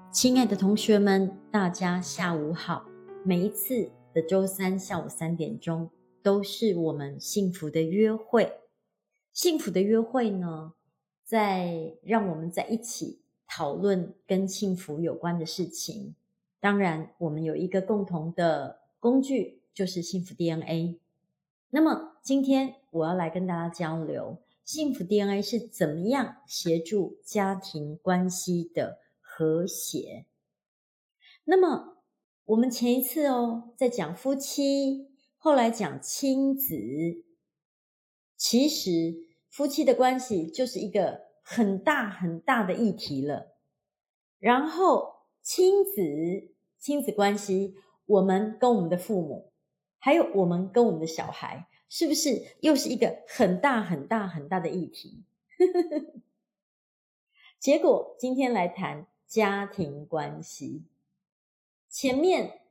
亲爱的同学们，大家下午好。每一次的周三下午3点钟都是我们幸福的约会。幸福的约会呢，让我们在一起讨论跟幸福有关的事情。当然，我们有一个共同的工具，就是幸福 DNA。那么今天我要来跟大家交流，幸福 DNA 是怎么样协助家庭关系的和谐。那么我们前一次在讲夫妻，后来讲亲子。其实夫妻的关系就是一个很大很大的议题了。然后亲子关系，我们跟我们的父母，还有我们跟我们的小孩，是不是又是一个很大很大很大的议题？结果今天来谈家庭关系。前面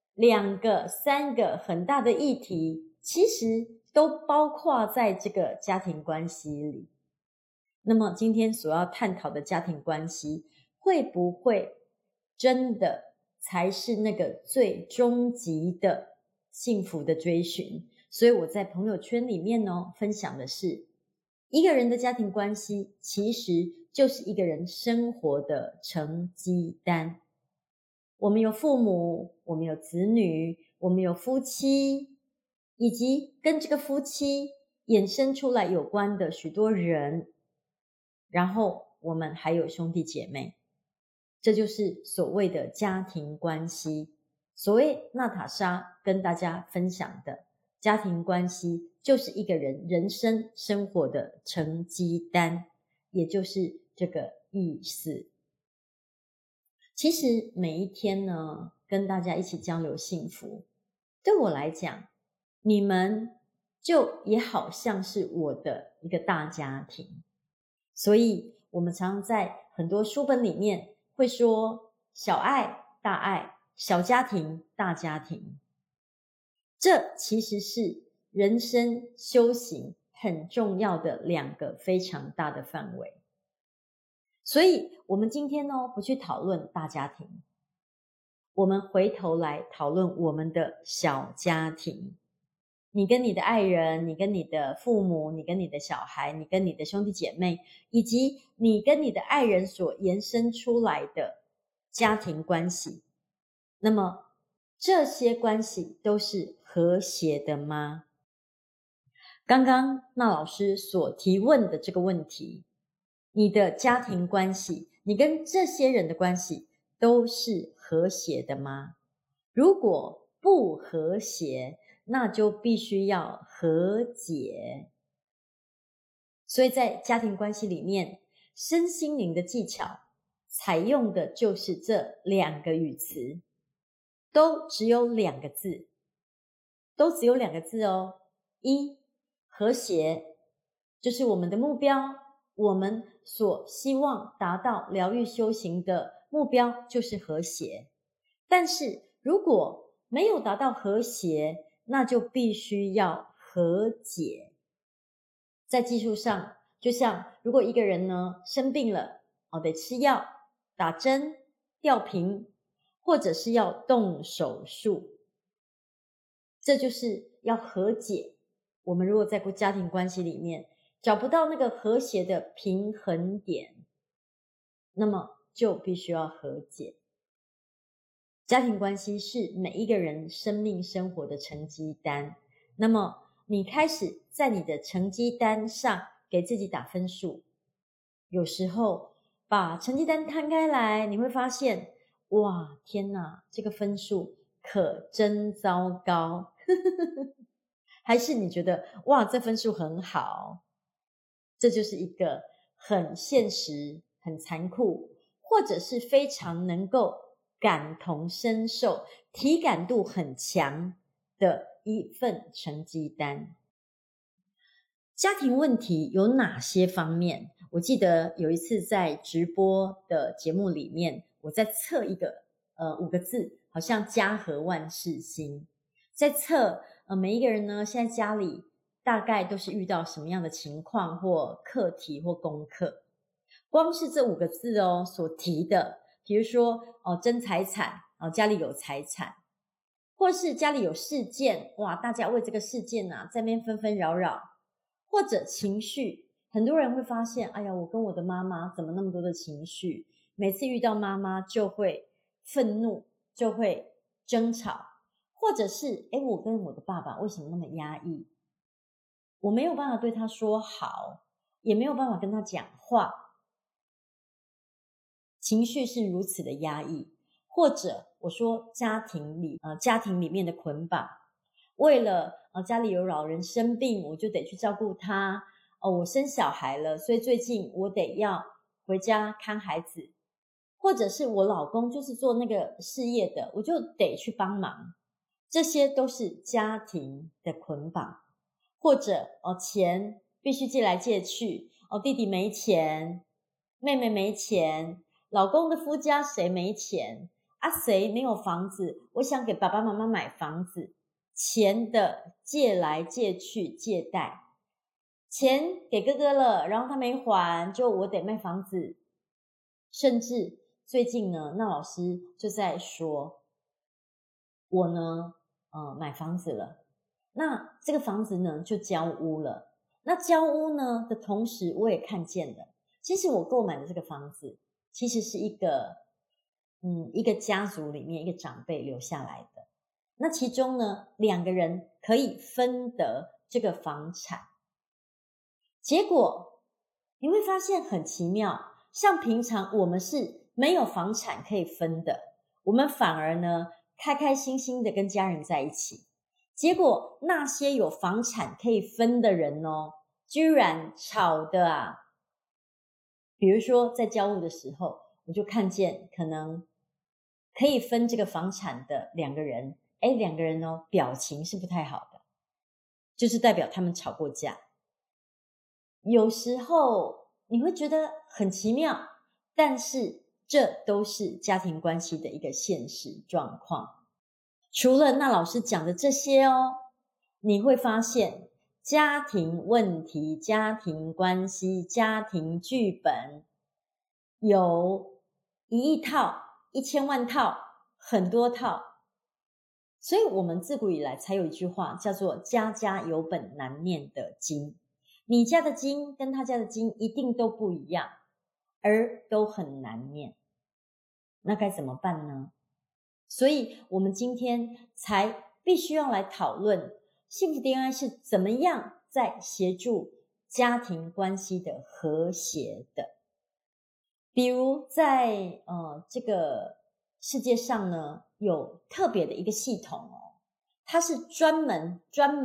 2个3个很大的议题，其实都包括在这个家庭关系里。那么今天所要探讨的家庭关系，会不会真的才是那个最终极的幸福的追寻？所以我在朋友圈里面分享的是，一个人的家庭关系其实就是一个人生活的成绩单。我们有父母，我们有子女，我们有夫妻，以及跟这个夫妻衍生出来有关的许多人，然后我们还有兄弟姐妹。这就是所谓的家庭关系。所谓娜塔莎跟大家分享的家庭关系，就是一个人人生生活的成绩单，也就是这个意思。其实每一天呢，跟大家一起交流幸福，对我来讲，你们就也好像是我的一个大家庭。所以我们常常在很多书本里面会说小爱、大爱，小家庭、大家庭。这其实是人生修行很重要的2个非常大的范围。所以我们今天不去讨论大家庭，我们回头来讨论我们的小家庭。你跟你的爱人，你跟你的父母，你跟你的小孩，你跟你的兄弟姐妹，以及你跟你的爱人所延伸出来的家庭关系，那么这些关系都是和谐的吗？刚刚那老师所提问的这个问题，你的家庭关系，你跟这些人的关系都是和谐的吗？如果不和谐，那就必须要和解。所以在家庭关系里面，身心灵的技巧采用的就是这2个语词，都只有2个字，一，和谐，就是我们的目标，我们所希望达到疗愈修行的目标就是和谐。但是如果没有达到和谐，那就必须要和解。在技术上，就像如果一个人呢生病了，得吃药、打针、吊瓶，或者是要动手术，这就是要和解。我们如果在家庭关系里面找不到那个和谐的平衡点，那么就必须要和解。家庭关系是每一个人生命生活的成绩单，那么你开始在你的成绩单上给自己打分数。有时候把成绩单摊开来，你会发现，哇，天哪，这个分数可真糟糕。还是你觉得，哇，这分数很好。这就是一个很现实、很残酷，或者是非常能够感同身受、体感度很强的一份成绩单。家庭问题有哪些方面？我记得有一次在直播的节目里面，我在测一个5个字，好像家和万事兴，在测每一个人呢，现在家里大概都是遇到什么样的情况或课题或功课。光是这5个字所提的比如说争财产，家里有财产，或是家里有事件，哇，大家为这个事件啊在那边纷纷扰扰，或者情绪，很多人会发现，哎呀，我跟我的妈妈怎么那么多的情绪，每次遇到妈妈就会愤怒，就会争吵，或者是我跟我的爸爸为什么那么压抑，我没有办法对他说好，也没有办法跟他讲话，情绪是如此的压抑。或者我说家庭里面的捆绑，为了家里有老人生病，我就得去照顾他，我生小孩了，所以最近我得要回家看孩子，或者是我老公就是做那个事业的，我就得去帮忙，这些都是家庭的捆绑。或者钱必须借来借去，弟弟没钱，妹妹没钱，老公的夫家谁没钱啊？谁没有房子？我想给爸爸妈妈买房子，钱的借来借去，借贷，钱给哥哥了，然后他没还，就我得卖房子。甚至最近呢，那老师就在说，我呢买房子了，那这个房子呢就交屋了，那交屋呢的同时，我也看见了，其实我购买的这个房子其实是一个家族里面一个长辈留下来的，那其中呢2个人可以分得这个房产，结果你会发现很奇妙，像平常我们是没有房产可以分的，我们反而呢开开心心的跟家人在一起，结果那些有房产可以分的人居然吵的啊！比如说在交屋的时候，我就看见可能可以分这个房产的2个人，2个人表情是不太好的，就是代表他们吵过架。有时候你会觉得很奇妙，但是这都是家庭关系的一个现实状况。除了那老师讲的这些你会发现家庭问题、家庭关系、家庭剧本有1亿套、1000万套、很多套，所以我们自古以来才有一句话叫做家家有本难念的经，你家的经跟他家的经一定都不一样，而都很难念，那该怎么办呢？所以我们今天才必须要来讨论幸福 DNA 是怎么样在协助家庭关系的和谐的。比如在这个世界上呢，有特别的一个系统它是专门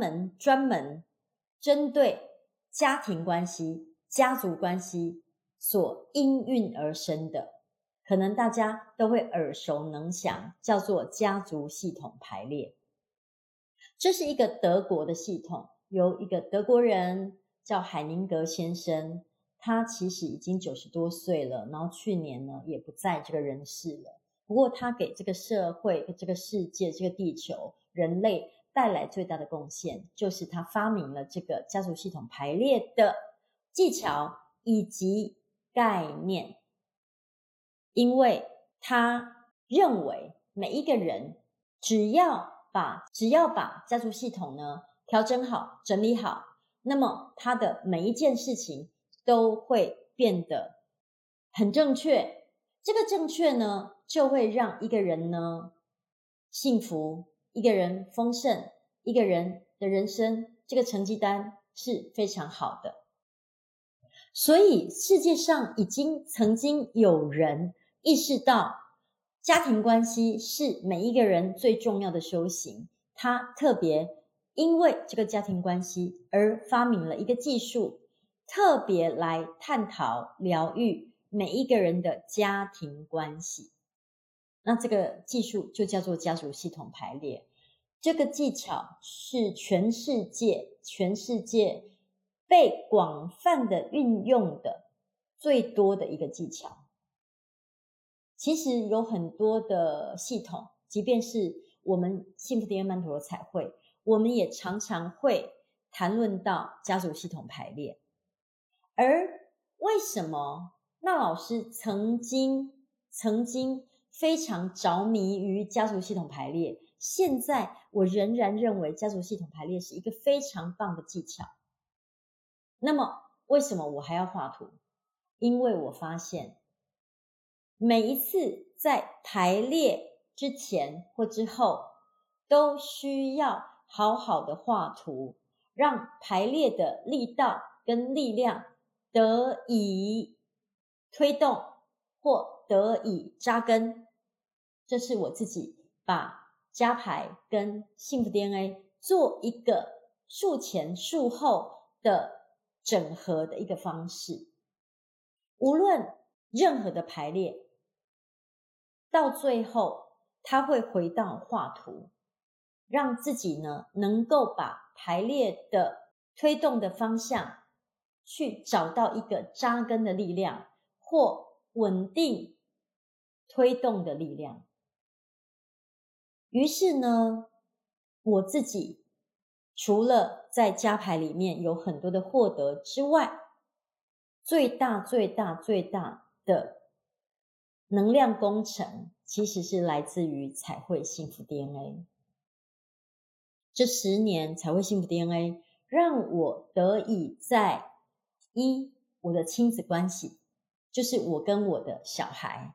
针对家庭关系、家族关系所应运而生的，可能大家都会耳熟能详，叫做家族系统排列。这是一个德国的系统，由一个德国人叫海宁格先生，他其实已经90多岁了，然后去年呢也不在这个人世了。不过他给这个社会、这个世界、这个地球、人类带来最大的贡献，就是他发明了这个家族系统排列的技巧以及概念。因为他认为每一个人只要把家族系统呢调整好、整理好，那么他的每一件事情都会变得很正确。这个正确呢，就会让一个人呢幸福，一个人丰盛，一个人的人生这个成绩单是非常好的。所以世界上曾经有人意识到家庭关系是每一个人最重要的修行，他特别因为这个家庭关系而发明了一个技术，特别来探讨疗愈每一个人的家庭关系。那这个技术就叫做家族系统排列。这个技巧是全世界被广泛的运用的最多的一个技巧。其实有很多的系统，即便是我们幸福 DNA 曼陀罗彩绘，我们也常常会谈论到家族系统排列。而为什么那老师曾经曾经非常着迷于家族系统排列，现在我仍然认为家族系统排列是一个非常棒的技巧。那么为什么我还要画图？因为我发现每一次在排列之前或之后都需要好好的画图，让排列的力道跟力量得以推动或得以扎根。这是我自己把家排跟幸福 DNA 做一个术前术后的整合的一个方式。无论任何的排列，到最后它会回到画图，让自己呢能够把排列的推动的方向去找到一个扎根的力量或稳定推动的力量。于是呢，我自己除了在家排里面有很多的获得之外，最大的能量工程其实是来自于彩绘幸福 DNA。 这10年彩绘幸福 DNA 让我得以在我的亲子关系，就是我跟我的小孩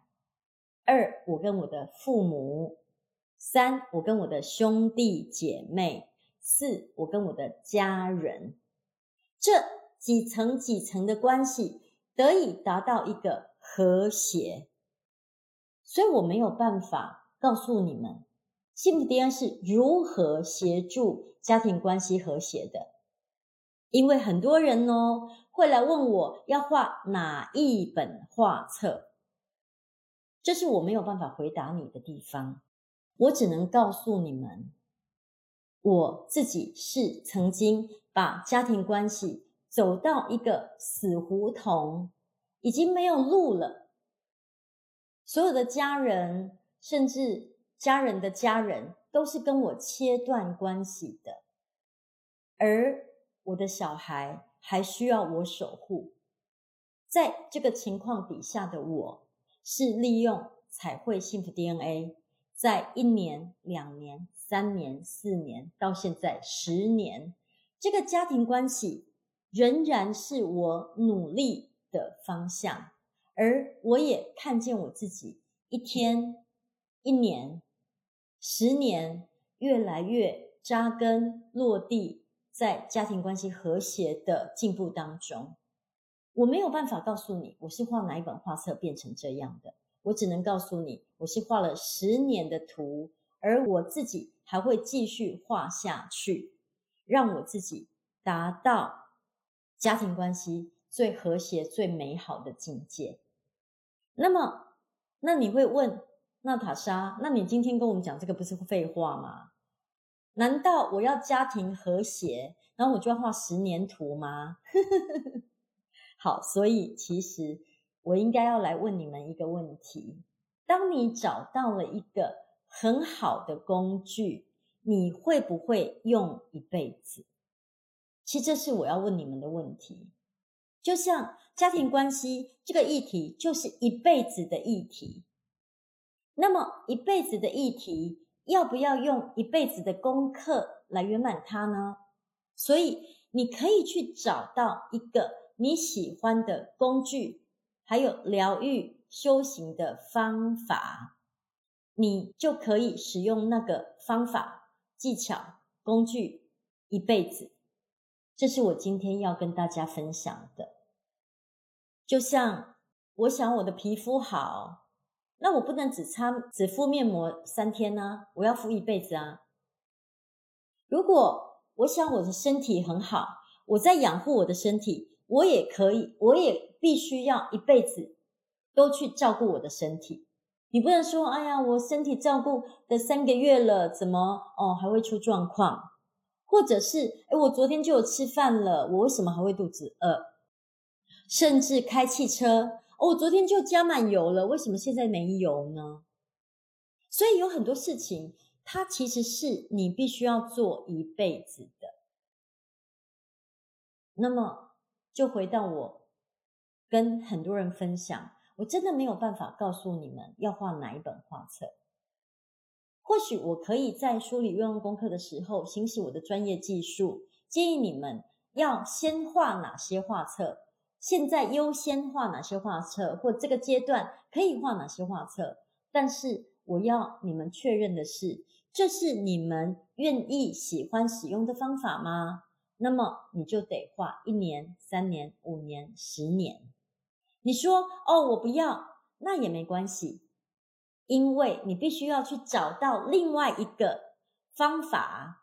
；2我跟我的父母；3我跟我的兄弟姐妹；4我跟我的家人，这几层的关系得以达到一个和谐。所以我没有办法告诉你们幸福 DNA 是如何协助家庭关系和谐的，因为很多人会来问我要画哪一本画册，这是我没有办法回答你的地方。我只能告诉你们，我自己是曾经把家庭关系走到一个死胡同，已经没有路了。所有的家人，甚至家人的家人，都是跟我切断关系的，而我的小孩还需要我守护。在这个情况底下的我，是利用彩绘幸福 DNA， 在1年、2年、3年、4年，到现在10年，这个家庭关系仍然是我努力的方向。而我也看见我自己1天、1年、10年越来越扎根落地，在家庭关系和谐的进步当中。我没有办法告诉你我是画哪一本画册变成这样的，我只能告诉你我是画了10年的图，而我自己还会继续画下去，让我自己达到家庭关系最和谐最美好的境界。那你会问，娜塔莎，那你今天跟我们讲这个不是废话吗？难道我要家庭和谐，然后我就要画10年图吗？好，所以其实我应该要来问你们一个问题，当你找到了一个很好的工具，你会不会用一辈子？其实这是我要问你们的问题。就像家庭关系这个议题就是一辈子的议题，那么一辈子的议题要不要用一辈子的功课来圆满它呢？所以你可以去找到一个你喜欢的工具，还有疗愈修行的方法，你就可以使用那个方法、技巧、工具一辈子。这是我今天要跟大家分享的。就像我想我的皮肤好，那我不能只敷面膜3天啊，我要敷一辈子啊。如果我想我的身体很好，我在养护我的身体，我也必须要一辈子都去照顾我的身体。你不能说，哎呀，我身体照顾的3个月了，怎么还会出状况？或者是我昨天就有吃饭了，我为什么还会肚子饿？甚至开汽车，我昨天就加满油了，为什么现在没油呢？所以有很多事情，它其实是你必须要做一辈子的。那么就回到我跟很多人分享， 我真的没有办法告诉你们要画哪一本画册。或许我可以在梳理愿望功课的时候行使我的专业技术，建议你们要先画哪些画册，现在优先画哪些画册，或这个阶段可以画哪些画册。但是我要你们确认的是，这是你们愿意喜欢使用的方法吗？那么你就得画1年、3年、5年、10年。你说我不要，那也没关系，因为你必须要去找到另外一个方法，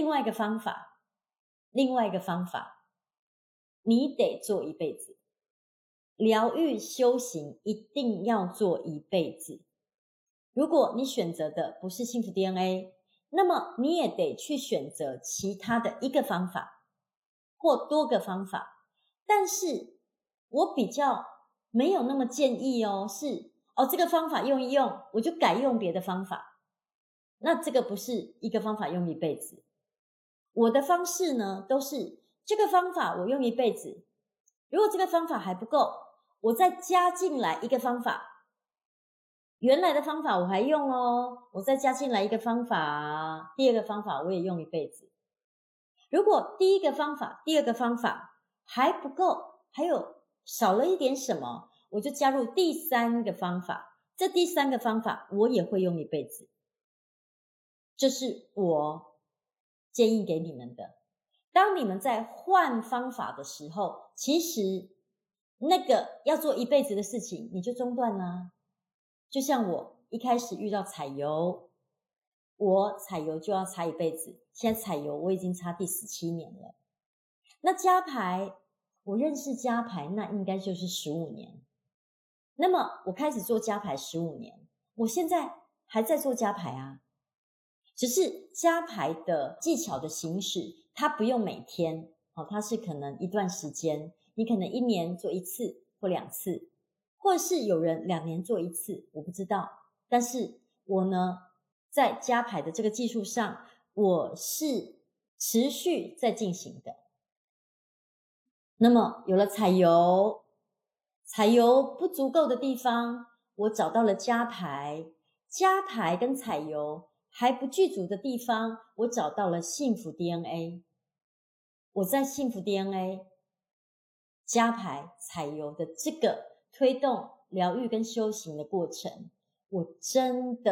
你得做一辈子。疗愈修行一定要做一辈子。如果你选择的不是幸福 DNA， 那么你也得去选择其他的一个方法或多个方法。但是我比较没有那么建议是这个方法用一用，我就改用别的方法。那这个不是一个方法用一辈子。我的方式呢，都是这个方法我用一辈子，如果这个方法还不够，我再加进来一个方法，原来的方法我还用我再加进来一个方法，第二个方法我也用一辈子。如果第一个方法、第二个方法还不够，还有少了一点什么，我就加入第三个方法，这第三个方法我也会用一辈子。这是我建议给你们的。当你们在换方法的时候，其实那个要做一辈子的事情你就中断啦。就像我一开始遇到彩油，我彩油就要擦一辈子，现在彩油我已经擦第17年了。那家牌，我认识家牌那应该就是15年。那么我开始做家牌15年，我现在还在做家牌啊。只是家牌的技巧的行使，它不用每天它是可能一段时间，你可能1年做1次或2次，或是有人2年做1次，我不知道。但是我呢，在家牌的这个技术上，我是持续在进行的。那么有了彩油不足够的地方，我找到了家牌跟彩油还不具足的地方，我找到了幸福 DNA。 我在幸福 DNA 家牌彩油的这个推动疗愈跟修行的过程，我真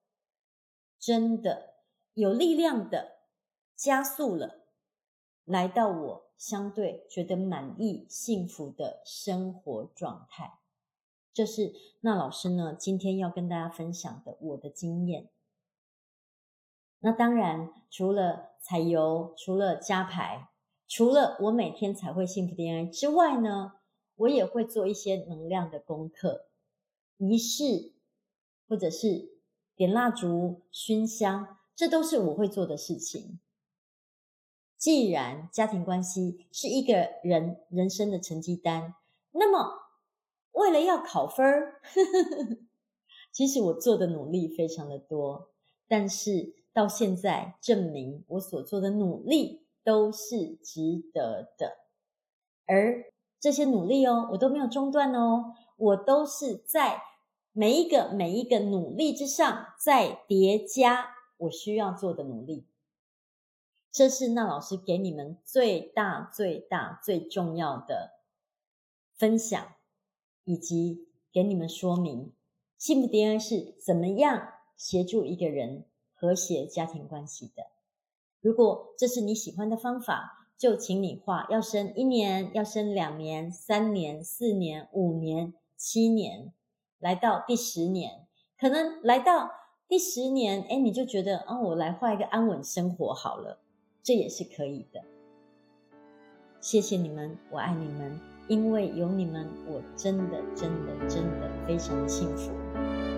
的有力量的加速了，来到我相对觉得满意幸福的生活状态。这是那老师呢今天要跟大家分享的我的经验。那当然除了彩油，除了家牌，除了我每天才会幸福 DNA 之外呢，我也会做一些能量的功课，仪式，或者是点蜡烛、熏香，这都是我会做的事情。既然家庭关系是一个人生的成绩单，那么为了要考分其实我做的努力非常的多，但是到现在证明我所做的努力都是值得的。而这些努力我都没有中断我都是在每一个努力之上再叠加我需要做的努力。这是那老师给你们最大最重要的分享，以及给你们说明幸福 DNA 是怎么样协助一个人和谐家庭关系的。如果这是你喜欢的方法，就请你画要生1年，要生2年、3年、4年、5年、7年，来到第10年，可能来到第10年你就觉得我来画一个安稳生活好了，这也是可以的。谢谢你们，我爱你们，因为有你们，我真的非常的幸福。